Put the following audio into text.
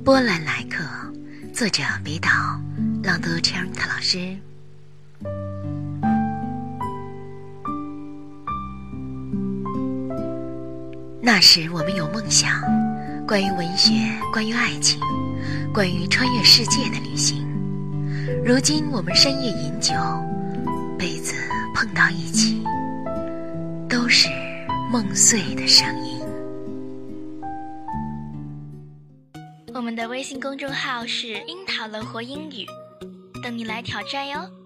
波兰来客，作者北岛，朗读 Cherita 老师。那时我们有梦想，关于文学，关于爱情，关于穿越世界的旅行。如今我们深夜饮酒，杯子碰到一起，都是梦碎的声音。 我们的微信公众号是樱桃乐活英语，等你来挑战哟。